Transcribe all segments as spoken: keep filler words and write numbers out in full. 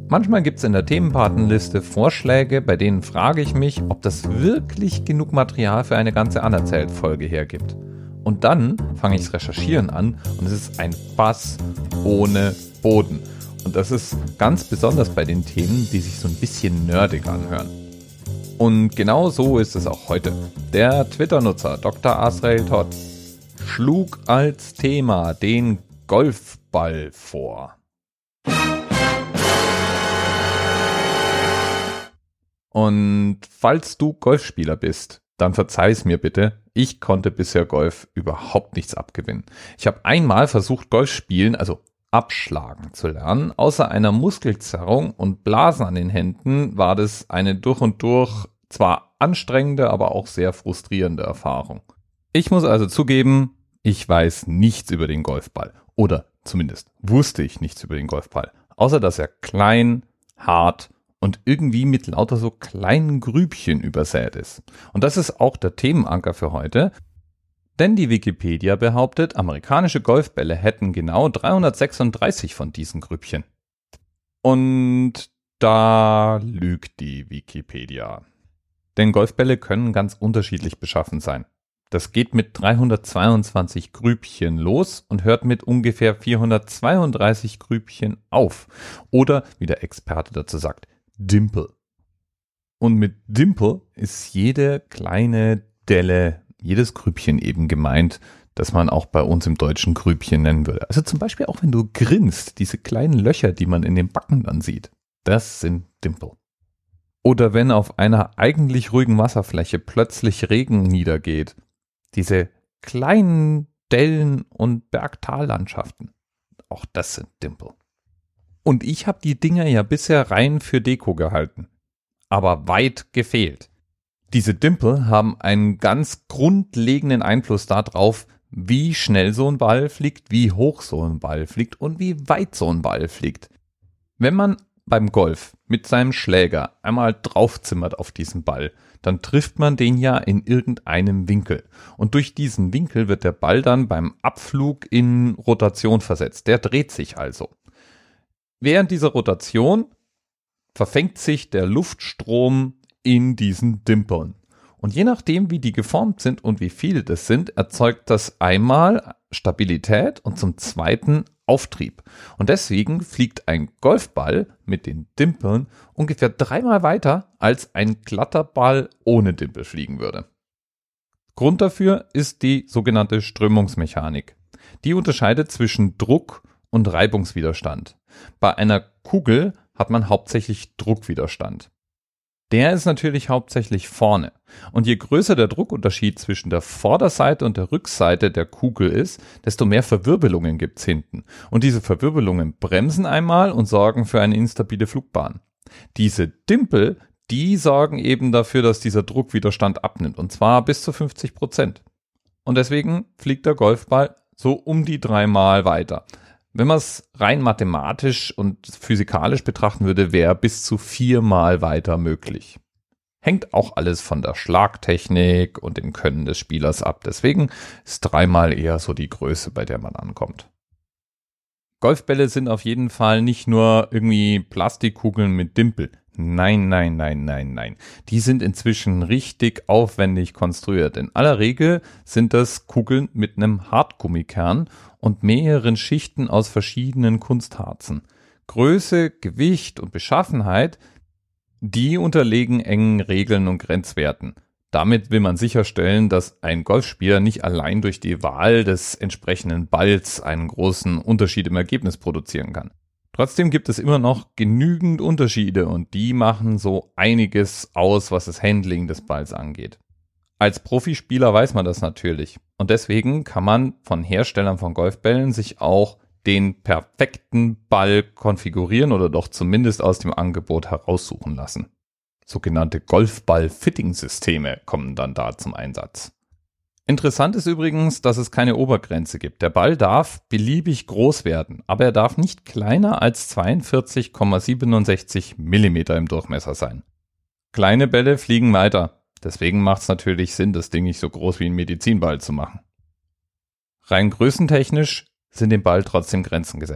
Manchmal gibt es in der Themenpatenliste Vorschläge, bei denen frage ich mich, ob das wirklich genug Material für eine ganze Anerzählt-Folge hergibt. Und dann fange ich das Recherchieren an und es ist ein Fass ohne Boden. Und das ist ganz besonders bei den Themen, die sich so ein bisschen nerdig anhören. Und genau so ist es auch heute. Der Twitter-Nutzer Doktor Azrael Todd schlug als Thema den Golfball vor. Und falls du Golfspieler bist, dann verzeih's mir bitte, ich konnte bisher Golf überhaupt nichts abgewinnen. Ich habe einmal versucht, Golf spielen, also abschlagen zu lernen. Außer einer Muskelzerrung und Blasen an den Händen war das eine durch und durch zwar anstrengende, aber auch sehr frustrierende Erfahrung. Ich muss also zugeben, ich weiß nichts über den Golfball. Oder zumindest wusste ich nichts über den Golfball. Außer dass er klein, hart und irgendwie mit lauter so kleinen Grübchen übersät ist. Und das ist auch der Themenanker für heute, denn die Wikipedia behauptet, amerikanische Golfbälle hätten genau dreihundertsechsunddreißig von diesen Grübchen. Und da lügt die Wikipedia. Denn Golfbälle können ganz unterschiedlich beschaffen sein. Das geht mit dreihundertzweiundzwanzig Grübchen los und hört mit ungefähr vierhundertzweiunddreißig Grübchen auf. Oder, wie der Experte dazu sagt, Dimple. Und mit Dimple ist jede kleine Delle, jedes Grübchen eben gemeint, das man auch bei uns im Deutschen Grübchen nennen würde. Also zum Beispiel auch wenn du grinst, diese kleinen Löcher, die man in den Backen dann sieht, das sind Dimple. Oder wenn auf einer eigentlich ruhigen Wasserfläche plötzlich Regen niedergeht, diese kleinen Dellen und Bergtallandschaften, auch das sind Dimple. Und ich habe die Dinger ja bisher rein für Deko gehalten, aber weit gefehlt. Diese Dimple haben einen ganz grundlegenden Einfluss darauf, wie schnell so ein Ball fliegt, wie hoch so ein Ball fliegt und wie weit so ein Ball fliegt. Wenn man beim Golf mit seinem Schläger einmal draufzimmert auf diesen Ball, dann trifft man den ja in irgendeinem Winkel. Und durch diesen Winkel wird der Ball dann beim Abflug in Rotation versetzt. Der dreht sich also. Während dieser Rotation verfängt sich der Luftstrom in diesen Dimpeln. Und je nachdem, wie die geformt sind und wie viele das sind, erzeugt das einmal Stabilität und zum zweiten Auftrieb. Und deswegen fliegt ein Golfball mit den Dimpeln ungefähr dreimal weiter, als ein glatter Ball ohne Dimpel fliegen würde. Grund dafür ist die sogenannte Strömungsmechanik. Die unterscheidet zwischen Druck und Reibungswiderstand. Bei einer Kugel hat man hauptsächlich Druckwiderstand. Der ist natürlich hauptsächlich vorne. Und je größer der Druckunterschied zwischen der Vorderseite und der Rückseite der Kugel ist, desto mehr Verwirbelungen gibt's hinten. Und diese Verwirbelungen bremsen einmal und sorgen für eine instabile Flugbahn. Diese Dimpel, die sorgen eben dafür, dass dieser Druckwiderstand abnimmt. Und zwar bis zu fünfzig Prozent. Und deswegen fliegt der Golfball so um die dreimal weiter. Wenn man es rein mathematisch und physikalisch betrachten würde, wäre bis zu viermal weiter möglich. Hängt auch alles von der Schlagtechnik und dem Können des Spielers ab. Deswegen ist dreimal eher so die Größe, bei der man ankommt. Golfbälle sind auf jeden Fall nicht nur irgendwie Plastikkugeln mit Dimpel. Nein, nein, nein, nein, nein. Die sind inzwischen richtig aufwendig konstruiert. In aller Regel sind das Kugeln mit einem Hartgummikern und mehreren Schichten aus verschiedenen Kunstharzen. Größe, Gewicht und Beschaffenheit, die unterlegen engen Regeln und Grenzwerten. Damit will man sicherstellen, dass ein Golfspieler nicht allein durch die Wahl des entsprechenden Balls einen großen Unterschied im Ergebnis produzieren kann. Trotzdem gibt es immer noch genügend Unterschiede und die machen so einiges aus, was das Handling des Balls angeht. Als Profispieler weiß man das natürlich und deswegen kann man von Herstellern von Golfbällen sich auch den perfekten Ball konfigurieren oder doch zumindest aus dem Angebot heraussuchen lassen. Sogenannte Golfball-Fitting-Systeme kommen dann da zum Einsatz. Interessant ist übrigens, dass es keine Obergrenze gibt. Der Ball darf beliebig groß werden, aber er darf nicht kleiner als zweiundvierzig Komma siebenundsechzig Millimeter im Durchmesser sein. Kleine Bälle fliegen weiter. Deswegen macht es natürlich Sinn, das Ding nicht so groß wie ein Medizinball zu machen. Rein größentechnisch sind dem Ball trotzdem Grenzen gesetzt.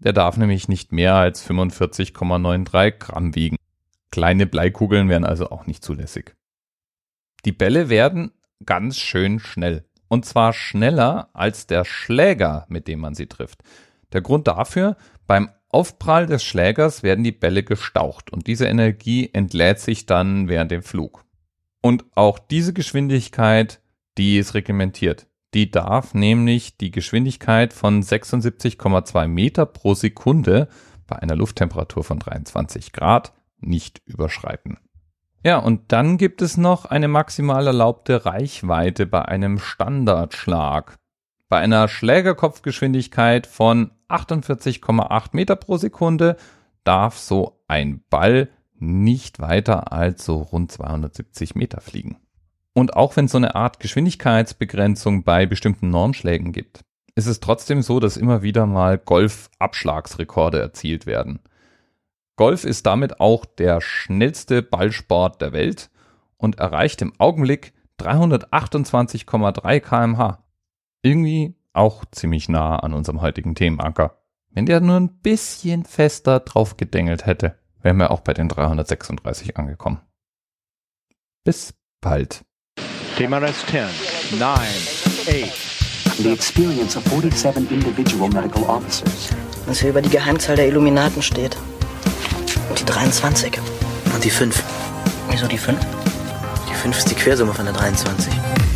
Der darf nämlich nicht mehr als fünfundvierzig Komma dreiundneunzig Gramm wiegen. Kleine Bleikugeln wären also auch nicht zulässig. Die Bälle werden ganz schön schnell. Und zwar schneller als der Schläger, mit dem man sie trifft. Der Grund dafür: beim Aufprall des Schlägers werden die Bälle gestaucht und diese Energie entlädt sich dann während dem Flug. Und auch diese Geschwindigkeit, die ist reglementiert. Die darf nämlich die Geschwindigkeit von sechsundsiebzig Komma zwei Meter pro Sekunde bei einer Lufttemperatur von dreiundzwanzig Grad nicht überschreiten. Ja, und dann gibt es noch eine maximal erlaubte Reichweite bei einem Standardschlag. Bei einer Schlägerkopfgeschwindigkeit von achtundvierzig Komma acht Meter pro Sekunde darf so ein Ball nicht weiter als so rund zweihundertsiebzig Meter fliegen. Und auch wenn es so eine Art Geschwindigkeitsbegrenzung bei bestimmten Normschlägen gibt, ist es trotzdem so, dass immer wieder mal Golf-Abschlagsrekorde erzielt werden. Golf ist damit auch der schnellste Ballsport der Welt und erreicht im Augenblick dreihundertachtundzwanzig Komma drei Kilometer pro Stunde. Irgendwie auch ziemlich nah an unserem heutigen Themenanker. Wenn der nur ein bisschen fester drauf gedengelt hätte, wären wir auch bei den dreihundertsechsunddreißig angekommen. Bis bald. T minus ten, nine, eight. The experience of forty-seven individual medical officers. Was hier über die Geheimzahl der Illuminaten steht. Und die dreiundzwanzig. Und die fünf. Wieso die fünf? Die fünf ist die Quersumme von der dreiundzwanzig.